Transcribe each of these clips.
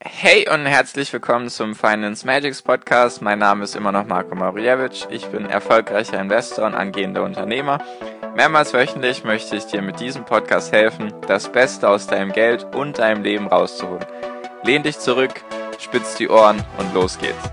Hey und herzlich willkommen zum Finance Magics Podcast. Mein Name ist immer noch Marko Marijevic. Ich bin erfolgreicher Investor und angehender Unternehmer. Mehrmals wöchentlich möchte ich dir mit diesem Podcast helfen, das Beste aus deinem Geld und deinem Leben rauszuholen. Lehn dich zurück, spitz die Ohren und los geht's.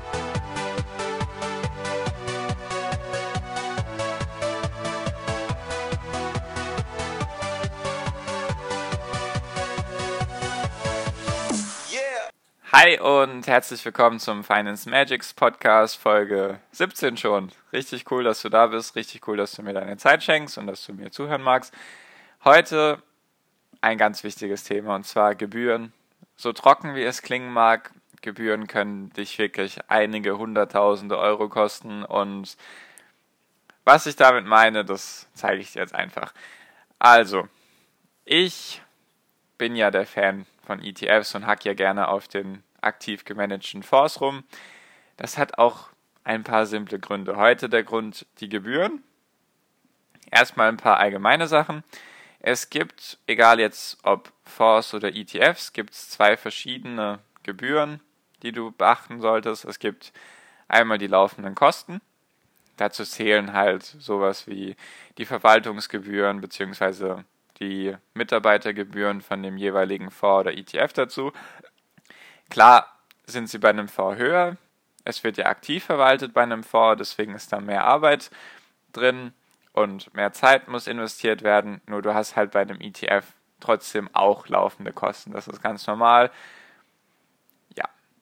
Hi und herzlich willkommen zum Finance Magics Podcast, Folge 17 schon. Richtig cool, dass du da bist, richtig cool, dass du mir deine Zeit schenkst und dass du mir zuhören magst. Heute ein ganz wichtiges Thema und zwar Gebühren. So trocken wie es klingen mag, Gebühren können dich wirklich einige hunderttausende Euro kosten und was ich damit meine, das zeige ich dir jetzt einfach. Also, ich bin ja der Fan von ETFs und hack ja gerne auf den aktiv gemanagten Fonds rum. Das hat auch ein paar simple Gründe. Heute der Grund, die Gebühren. Erstmal ein paar allgemeine Sachen. Es gibt, egal jetzt ob Fonds oder ETFs, gibt es zwei verschiedene Gebühren, die du beachten solltest. Es gibt einmal die laufenden Kosten. Dazu zählen halt sowas wie die Verwaltungsgebühren bzw. die Mitarbeitergebühren von dem jeweiligen Fonds oder ETF dazu. Klar sind sie bei einem Fonds höher. Es wird ja aktiv verwaltet bei einem Fonds, deswegen ist da mehr Arbeit drin und mehr Zeit muss investiert werden. Nur du hast halt bei einem ETF trotzdem auch laufende Kosten. Das ist ganz normal. Ja,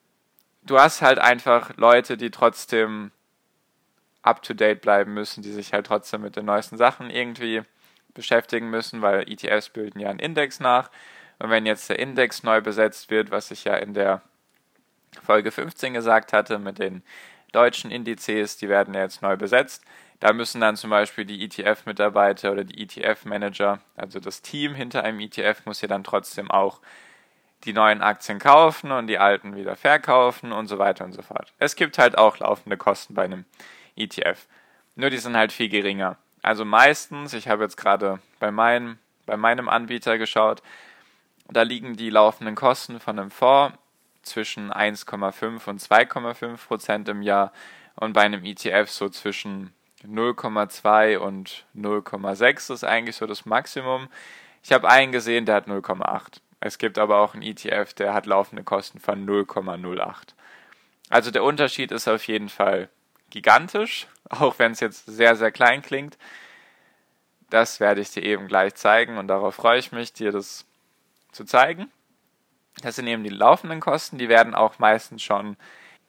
du hast halt einfach Leute, die trotzdem up-to-date bleiben müssen, die sich halt trotzdem mit den neuesten Sachen irgendwie beschäftigen müssen, weil ETFs bilden ja einen Index nach. Und wenn jetzt der Index neu besetzt wird, was ich ja in der Folge 15 gesagt hatte, mit den deutschen Indizes, die werden ja jetzt neu besetzt, da müssen dann zum Beispiel die ETF-Mitarbeiter oder die ETF-Manager, also das Team hinter einem ETF, muss ja dann trotzdem auch die neuen Aktien kaufen und die alten wieder verkaufen und so weiter und so fort. Es gibt halt auch laufende Kosten bei einem ETF. Nur die sind halt viel geringer. Also meistens, ich habe jetzt gerade bei meinem Anbieter geschaut, da liegen die laufenden Kosten von einem Fonds zwischen 1,5 und 2,5% im Jahr und bei einem ETF so zwischen 0,2 und 0,6 ist eigentlich so das Maximum. Ich habe einen gesehen, der hat 0,8. Es gibt aber auch einen ETF, der hat laufende Kosten von 0,08. Also der Unterschied ist auf jeden Fall gigantisch, auch wenn es jetzt sehr, sehr klein klingt. Das werde ich dir eben gleich zeigen und darauf freue ich mich, dir das zu zeigen. Das sind eben die laufenden Kosten, die werden auch meistens schon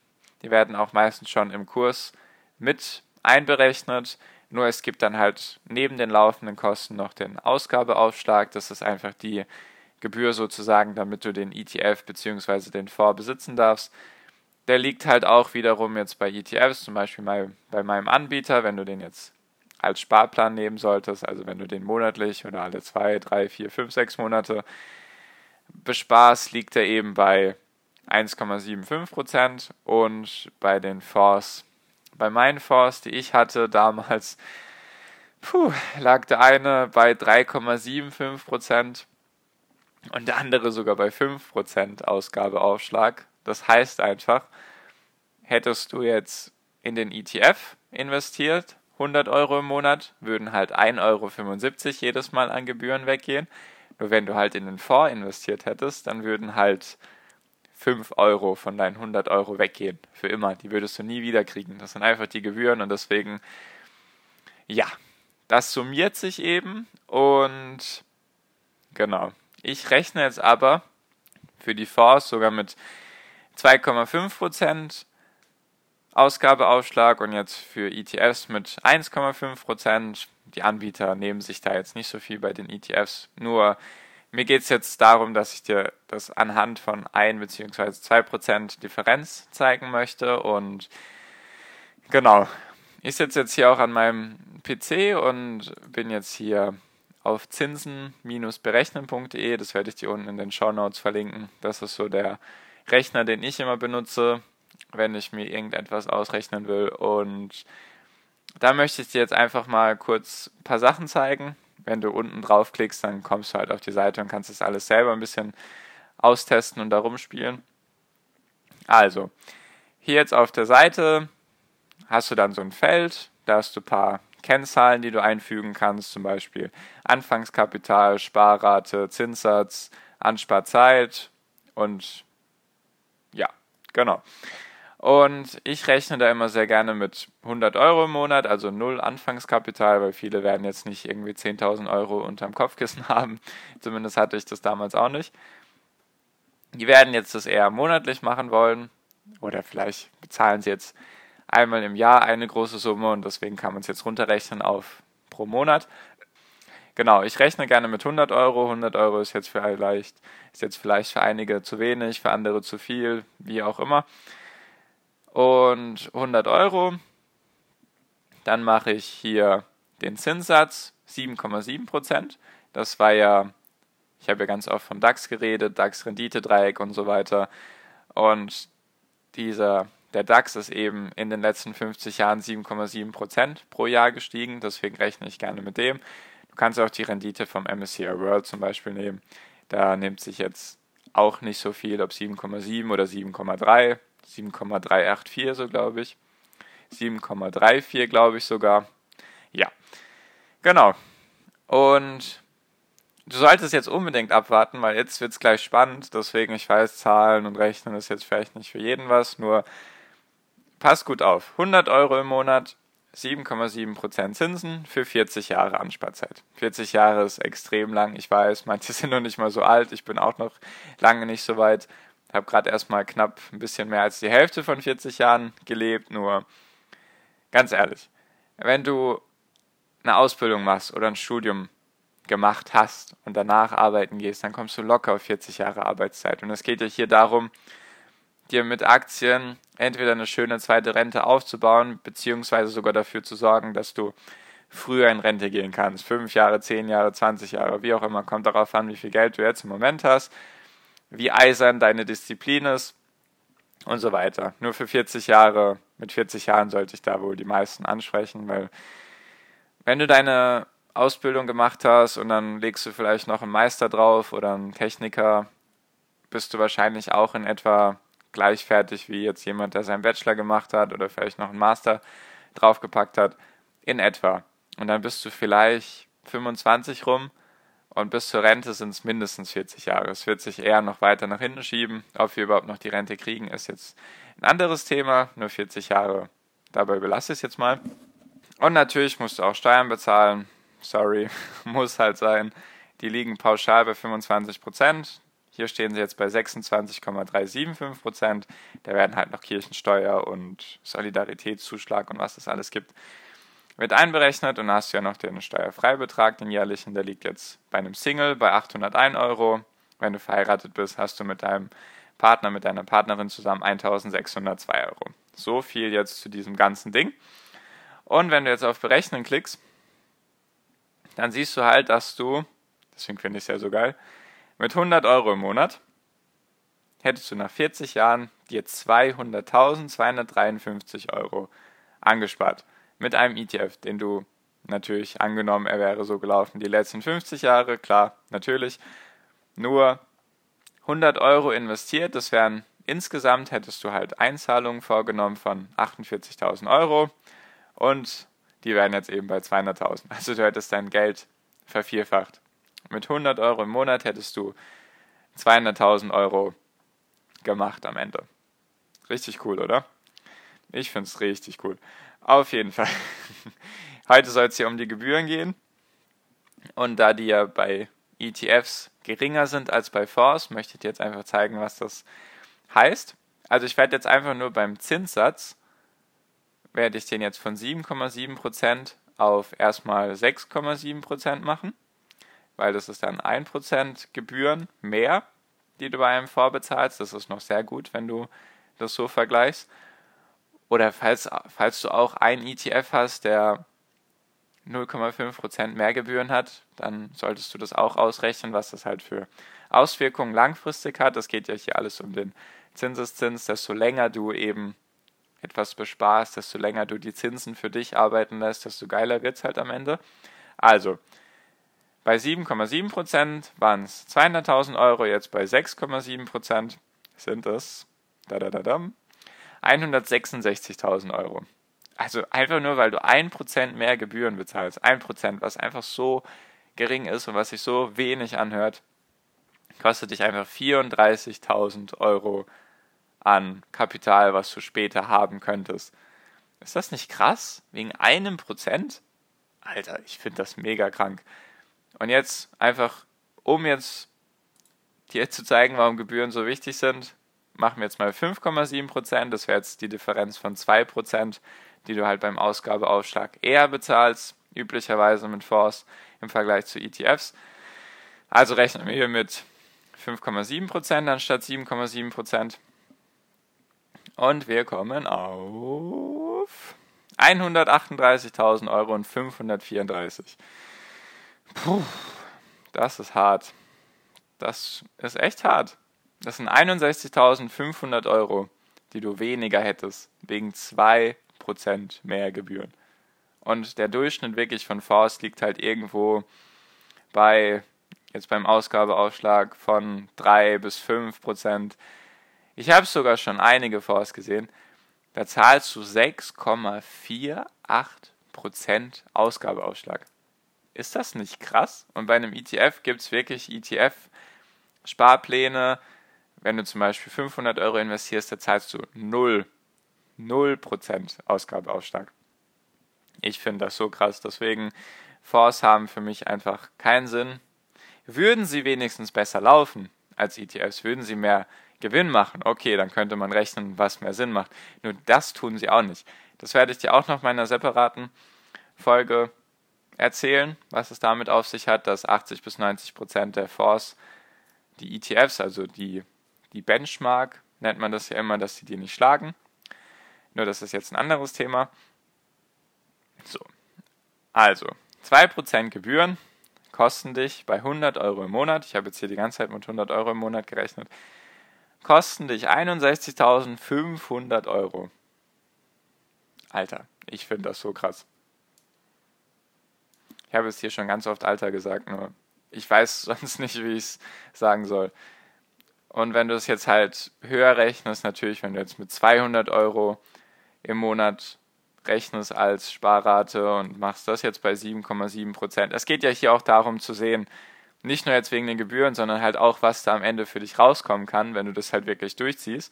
im Kurs mit einberechnet. Nur es gibt dann halt neben den laufenden Kosten noch den Ausgabeaufschlag. Das ist einfach die Gebühr sozusagen, damit du den ETF bzw. den Fonds besitzen darfst. Der liegt halt auch wiederum jetzt bei ETFs, zum Beispiel mal bei meinem Anbieter, wenn du den jetzt als Sparplan nehmen solltest, also wenn du den monatlich oder alle 2, 3, 4, 5, 6 Monate besparst, liegt er eben bei 1,75% und bei den Fonds, bei meinen Fonds, die ich hatte damals, lag der eine bei 3,75% und der andere sogar bei 5% Ausgabeaufschlag. Das heißt einfach, hättest du jetzt in den ETF investiert, 100 Euro im Monat, würden halt 1,75 Euro jedes Mal an Gebühren weggehen. Nur wenn du halt in den Fonds investiert hättest, dann würden halt 5 Euro von deinen 100 Euro weggehen. Für immer. Die würdest du nie wieder kriegen. Das sind einfach die Gebühren und deswegen, ja, das summiert sich eben und genau. Ich rechne jetzt aber für die Fonds sogar mit 2,5% Ausgabeaufschlag und jetzt für ETFs mit 1,5%. Die Anbieter nehmen sich da jetzt nicht so viel bei den ETFs. Nur mir geht es jetzt darum, dass ich dir das anhand von 1 bzw. 2% Differenz zeigen möchte. Und genau, ich sitze jetzt hier auch an meinem PC und bin jetzt hier auf zinsen-berechnen.de. Das werde ich dir unten in den Shownotes verlinken. Das ist so der Rechner, den ich immer benutze, wenn ich mir irgendetwas ausrechnen will. Und da möchte ich dir jetzt einfach mal kurz ein paar Sachen zeigen. Wenn du unten draufklickst, dann kommst du halt auf die Seite und kannst das alles selber ein bisschen austesten und da rumspielen. Also, hier jetzt auf der Seite hast du dann so ein Feld, da hast du ein paar Kennzahlen, die du einfügen kannst, zum Beispiel Anfangskapital, Sparrate, Zinssatz, Ansparzeit und ja, genau. Und ich rechne da immer sehr gerne mit 100 Euro im Monat, also null Anfangskapital, weil viele werden jetzt nicht irgendwie 10.000 Euro unterm Kopfkissen haben. Zumindest hatte ich das damals auch nicht. Die werden jetzt das eher monatlich machen wollen oder vielleicht bezahlen sie jetzt einmal im Jahr eine große Summe und deswegen kann man es jetzt runterrechnen auf pro Monat. Genau, ich rechne gerne mit 100 Euro. 100 Euro ist jetzt vielleicht für einige zu wenig, für andere zu viel, wie auch immer. Und 100 Euro, dann mache ich hier den Zinssatz, 7,7%. Das war ja, ich habe ja ganz oft vom DAX geredet, DAX-Rendite-Dreieck und so weiter. Und der DAX ist eben in den letzten 50 Jahren 7,7% pro Jahr gestiegen, deswegen rechne ich gerne mit dem. Du kannst auch die Rendite vom MSCI World zum Beispiel nehmen. Da nimmt sich jetzt auch nicht so viel, ob 7,7 oder 7,3, 7,384 so glaube ich, 7,34 glaube ich sogar. Ja, genau. Und du solltest jetzt unbedingt abwarten, weil jetzt wird es gleich spannend. Deswegen, ich weiß, Zahlen und Rechnen ist jetzt vielleicht nicht für jeden was, nur pass gut auf. 100 Euro im Monat, 7,7% Zinsen für 40 Jahre Ansparzeit. 40 Jahre ist extrem lang, ich weiß, manche sind noch nicht mal so alt, ich bin auch noch lange nicht so weit. Habe gerade erstmal knapp ein bisschen mehr als die Hälfte von 40 Jahren gelebt, nur ganz ehrlich, wenn du eine Ausbildung machst oder ein Studium gemacht hast und danach arbeiten gehst, dann kommst du locker auf 40 Jahre Arbeitszeit. Und es geht ja hier darum, dir mit Aktien entweder eine schöne zweite Rente aufzubauen, beziehungsweise sogar dafür zu sorgen, dass du früher in Rente gehen kannst. 5 Jahre, 10 Jahre, 20 Jahre, wie auch immer. Kommt darauf an, wie viel Geld du jetzt im Moment hast, wie eisern deine Disziplin ist und so weiter. Nur für 40 Jahre, mit 40 Jahren sollte ich da wohl die meisten ansprechen, weil wenn du deine Ausbildung gemacht hast und dann legst du vielleicht noch einen Meister drauf oder einen Techniker, bist du wahrscheinlich auch in etwa gleichwertig wie jetzt jemand, der seinen Bachelor gemacht hat oder vielleicht noch einen Master draufgepackt hat, in etwa. Und dann bist du vielleicht 25 rum und bis zur Rente sind es mindestens 40 Jahre. Es wird sich eher noch weiter nach hinten schieben. Ob wir überhaupt noch die Rente kriegen, ist jetzt ein anderes Thema. Nur 40 Jahre, dabei belasse ich es jetzt mal. Und natürlich musst du auch Steuern bezahlen. Sorry, muss halt sein. Die liegen pauschal bei 25%. Hier stehen sie jetzt bei 26,375%. Da werden halt noch Kirchensteuer und Solidaritätszuschlag und was es alles gibt mit einberechnet. Und dann hast du ja noch den Steuerfreibetrag, den jährlichen. Der liegt jetzt bei einem Single bei 801 Euro. Wenn du verheiratet bist, hast du mit deinem Partner, mit deiner Partnerin zusammen 1.602 Euro. So viel jetzt zu diesem ganzen Ding. Und wenn du jetzt auf Berechnen klickst, dann siehst du halt, dass du, deswegen finde ich es ja so geil, mit 100 Euro im Monat hättest du nach 40 Jahren dir 200.253 Euro angespart. Mit einem ETF, den du natürlich angenommen, er wäre so gelaufen die letzten 50 Jahre, klar, natürlich, nur 100 Euro investiert, das wären insgesamt, hättest du halt Einzahlungen vorgenommen von 48.000 Euro und die wären jetzt eben bei 200.000. Also du hättest dein Geld vervierfacht. Mit 100 Euro im Monat hättest du 200.000 Euro gemacht am Ende. Richtig cool, oder? Ich finde es richtig cool. Auf jeden Fall. Heute soll es hier um die Gebühren gehen. Und da die ja bei ETFs geringer sind als bei Fonds, möchte ich dir jetzt einfach zeigen, was das heißt. Also ich werde jetzt einfach nur beim Zinssatz, werde ich den jetzt von 7,7% auf erstmal 6,7% machen, weil das ist dann 1% Gebühren mehr, die du bei einem Fonds bezahlst. Das ist noch sehr gut, wenn du das so vergleichst. Oder falls du auch einen ETF hast, der 0,5% mehr Gebühren hat, dann solltest du das auch ausrechnen, was das halt für Auswirkungen langfristig hat. Das geht ja hier alles um den Zinseszins. Desto länger du eben etwas besparst, desto länger du die Zinsen für dich arbeiten lässt, desto geiler wird es halt am Ende. Also, Bei 7,7% waren es 200.000 Euro, jetzt bei 6,7% sind es 166.000 Euro. Also einfach nur, weil du 1% mehr Gebühren bezahlst. 1%, was einfach so gering ist und was sich so wenig anhört, kostet dich einfach 34.000 Euro an Kapital, was du später haben könntest. Ist das nicht krass? Wegen 1%? Alter, ich finde das mega krank. Und jetzt einfach, um jetzt dir zu zeigen, warum Gebühren so wichtig sind, machen wir jetzt mal 5,7%. Das wäre jetzt die Differenz von 2%, die du halt beim Ausgabeaufschlag eher bezahlst, üblicherweise mit Fonds im Vergleich zu ETFs. Also rechnen wir hier mit 5,7% anstatt 7,7%. Und wir kommen auf 138.000 Euro und 534. Puh, das ist hart. Das ist echt hart. Das sind 61.500 Euro, die du weniger hättest, wegen 2% mehr Gebühren. Und der Durchschnitt wirklich von Fonds liegt halt irgendwo bei, jetzt beim Ausgabeaufschlag von 3 bis 5%. Ich habe sogar schon einige Fonds gesehen, da zahlst du 6,48% Ausgabeaufschlag. Ist das nicht krass? Und bei einem ETF gibt es wirklich ETF-Sparpläne. Wenn du zum Beispiel 500 Euro investierst, da zahlst du 0% Ausgabeaufschlag. Ich finde das so krass. Deswegen, Fonds haben für mich einfach keinen Sinn. Würden sie wenigstens besser laufen als ETFs, würden sie mehr Gewinn machen, okay, dann könnte man rechnen, was mehr Sinn macht. Nur das tun sie auch nicht. Das werde ich dir auch noch in meiner separaten Folge erzählen, was es damit auf sich hat, dass 80 bis 90% der Fonds, die ETFs, also die Benchmark, nennt man das ja immer, dass sie die nicht schlagen. Nur das ist jetzt ein anderes Thema. So, also 2% Gebühren kosten dich bei 100 Euro im Monat, ich habe jetzt hier die ganze Zeit mit 100 Euro im Monat gerechnet, kosten dich 61.500 Euro. Alter, ich finde das so krass. Ich habe es hier schon ganz oft Alter gesagt, nur ich weiß sonst nicht, wie ich es sagen soll. Und wenn du es jetzt halt höher rechnest, natürlich, wenn du jetzt mit 200 Euro im Monat rechnest als Sparrate und machst das jetzt bei 7,7%. Es geht ja hier auch darum zu sehen, nicht nur jetzt wegen den Gebühren, sondern halt auch, was da am Ende für dich rauskommen kann, wenn du das halt wirklich durchziehst.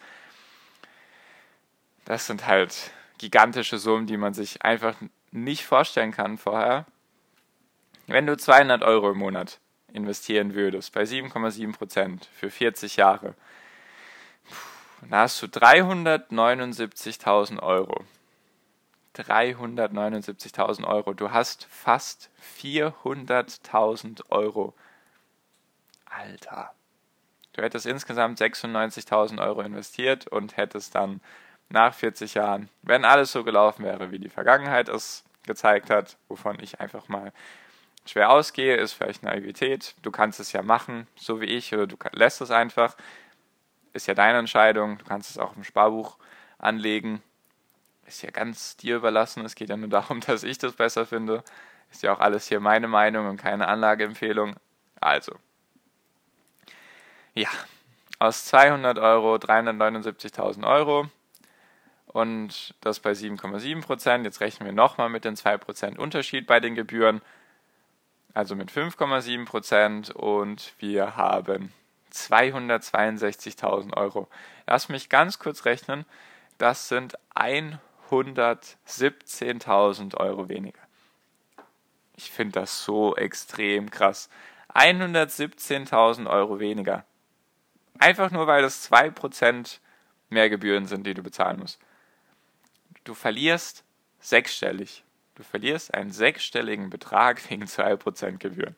Das sind halt gigantische Summen, die man sich einfach nicht vorstellen kann vorher. Wenn du 200 Euro im Monat investieren würdest, bei 7,7% für 40 Jahre, dann hast du 379.000 Euro. 379.000 Euro. Du hast fast 400.000 Euro. Alter. Du hättest insgesamt 96.000 Euro investiert und hättest dann nach 40 Jahren, wenn alles so gelaufen wäre, wie die Vergangenheit es gezeigt hat, wovon ich einfach mal schwer ausgehe, ist vielleicht Naivität. Du kannst es ja machen, so wie ich, oder du lässt es einfach. Ist ja deine Entscheidung. Du kannst es auch im Sparbuch anlegen. Ist ja ganz dir überlassen. Es geht ja nur darum, dass ich das besser finde. Ist ja auch alles hier meine Meinung und keine Anlageempfehlung. Also, ja, aus 200 Euro 379.000 Euro und das bei 7,7%. Jetzt rechnen wir nochmal mit den 2% Unterschied bei den Gebühren, also mit 5,7% und wir haben 262.000 Euro. Lass mich ganz kurz rechnen, das sind 117.000 Euro weniger. Ich finde das so extrem krass. 117.000 Euro weniger. Einfach nur, weil das 2% mehr Gebühren sind, die du bezahlen musst. Du verlierst sechsstellig. Du verlierst einen sechsstelligen Betrag wegen 2% Gebühren.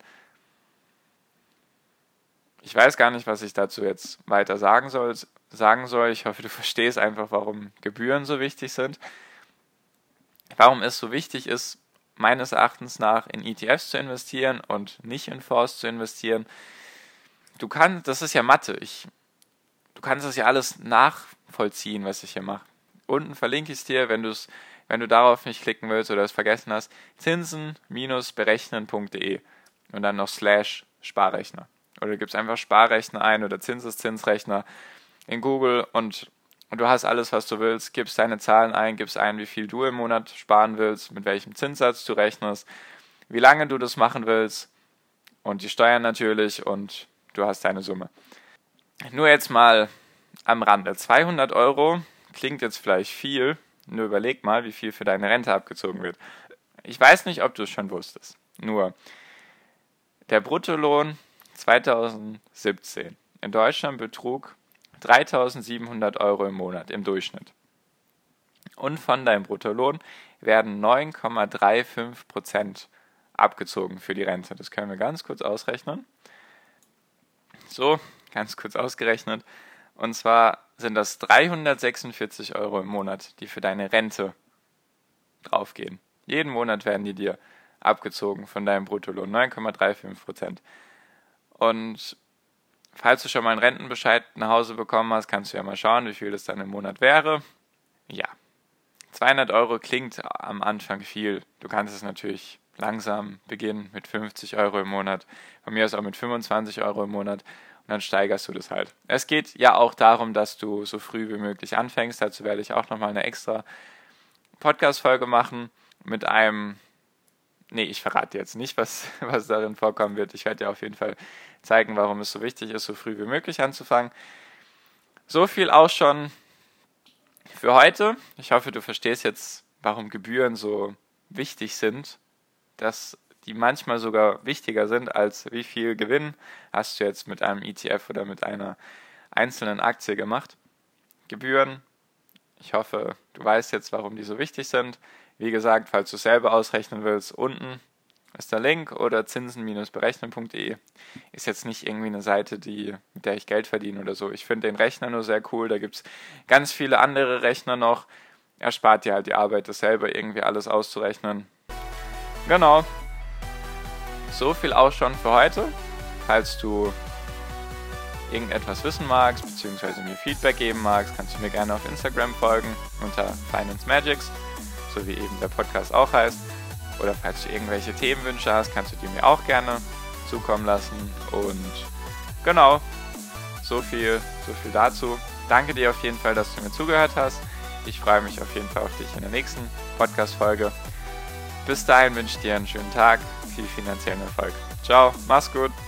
Ich weiß gar nicht, was ich dazu jetzt weiter sagen soll. Ich hoffe, du verstehst einfach, warum Gebühren so wichtig sind. Warum es so wichtig ist, meines Erachtens nach in ETFs zu investieren und nicht in Fonds zu investieren. Das ist ja Mathe. Du kannst das ja alles nachvollziehen, was ich hier mache. Unten verlinke ich es dir, wenn du darauf nicht klicken willst oder es vergessen hast, zinsen-berechnen.de. und dann noch /Sparrechner. Oder du gibst einfach Sparrechner ein oder Zinseszinsrechner in Google und du hast alles, was du willst, gibst deine Zahlen ein, gibst ein, wie viel du im Monat sparen willst, mit welchem Zinssatz du rechnest, wie lange du das machen willst und die Steuern natürlich und du hast deine Summe. Nur jetzt mal am Rande. 200 Euro klingt jetzt vielleicht viel, nur überleg mal, wie viel für deine Rente abgezogen wird. Ich weiß nicht, ob du es schon wusstest. Nur, der Bruttolohn 2017 in Deutschland betrug 3.700 Euro im Monat im Durchschnitt. Und von deinem Bruttolohn werden 9,35% abgezogen für die Rente. Das können wir ganz kurz ausrechnen. So, ganz kurz ausgerechnet. Und zwar sind das 346 Euro im Monat, die für deine Rente draufgehen. Jeden Monat werden die dir abgezogen von deinem Bruttolohn, 9,35%. Und falls du schon mal einen Rentenbescheid nach Hause bekommen hast, kannst du ja mal schauen, wie viel das dann im Monat wäre. Ja, 200 Euro klingt am Anfang viel. Du kannst es natürlich langsam beginnen mit 50 Euro im Monat, von mir aus auch mit 25 Euro im Monat und dann steigerst du das halt. Es geht ja auch darum, dass du so früh wie möglich anfängst. Dazu werde ich auch nochmal eine extra Podcast-Folge machen mit einem... Nee, ich verrate jetzt nicht, was darin vorkommen wird. Ich werde dir auf jeden Fall zeigen, warum es so wichtig ist, so früh wie möglich anzufangen. So viel auch schon für heute. Ich hoffe, du verstehst jetzt, warum Gebühren so wichtig sind, dass die manchmal sogar wichtiger sind, als wie viel Gewinn hast du jetzt mit einem ETF oder mit einer einzelnen Aktie gemacht. Gebühren, ich hoffe, du weißt jetzt, warum die so wichtig sind. Wie gesagt, falls du es selber ausrechnen willst, unten ist der Link oder zinsen-berechnen.de. Ist jetzt nicht irgendwie eine Seite, mit der ich Geld verdiene oder so. Ich finde den Rechner nur sehr cool. Da gibt es ganz viele andere Rechner noch. Erspart dir halt die Arbeit, das selber irgendwie alles auszurechnen. Genau. So viel auch schon für heute. Falls du irgendetwas wissen magst, beziehungsweise mir Feedback geben magst, kannst du mir gerne auf Instagram folgen unter Finance Magics, so wie eben der Podcast auch heißt. Oder falls du irgendwelche Themenwünsche hast, kannst du die mir auch gerne zukommen lassen. Und genau, so viel dazu. Danke dir auf jeden Fall, dass du mir zugehört hast. Ich freue mich auf jeden Fall auf dich in der nächsten Podcast-Folge. Bis dahin wünsche ich dir einen schönen Tag, viel finanziellen Erfolg. Ciao, mach's gut.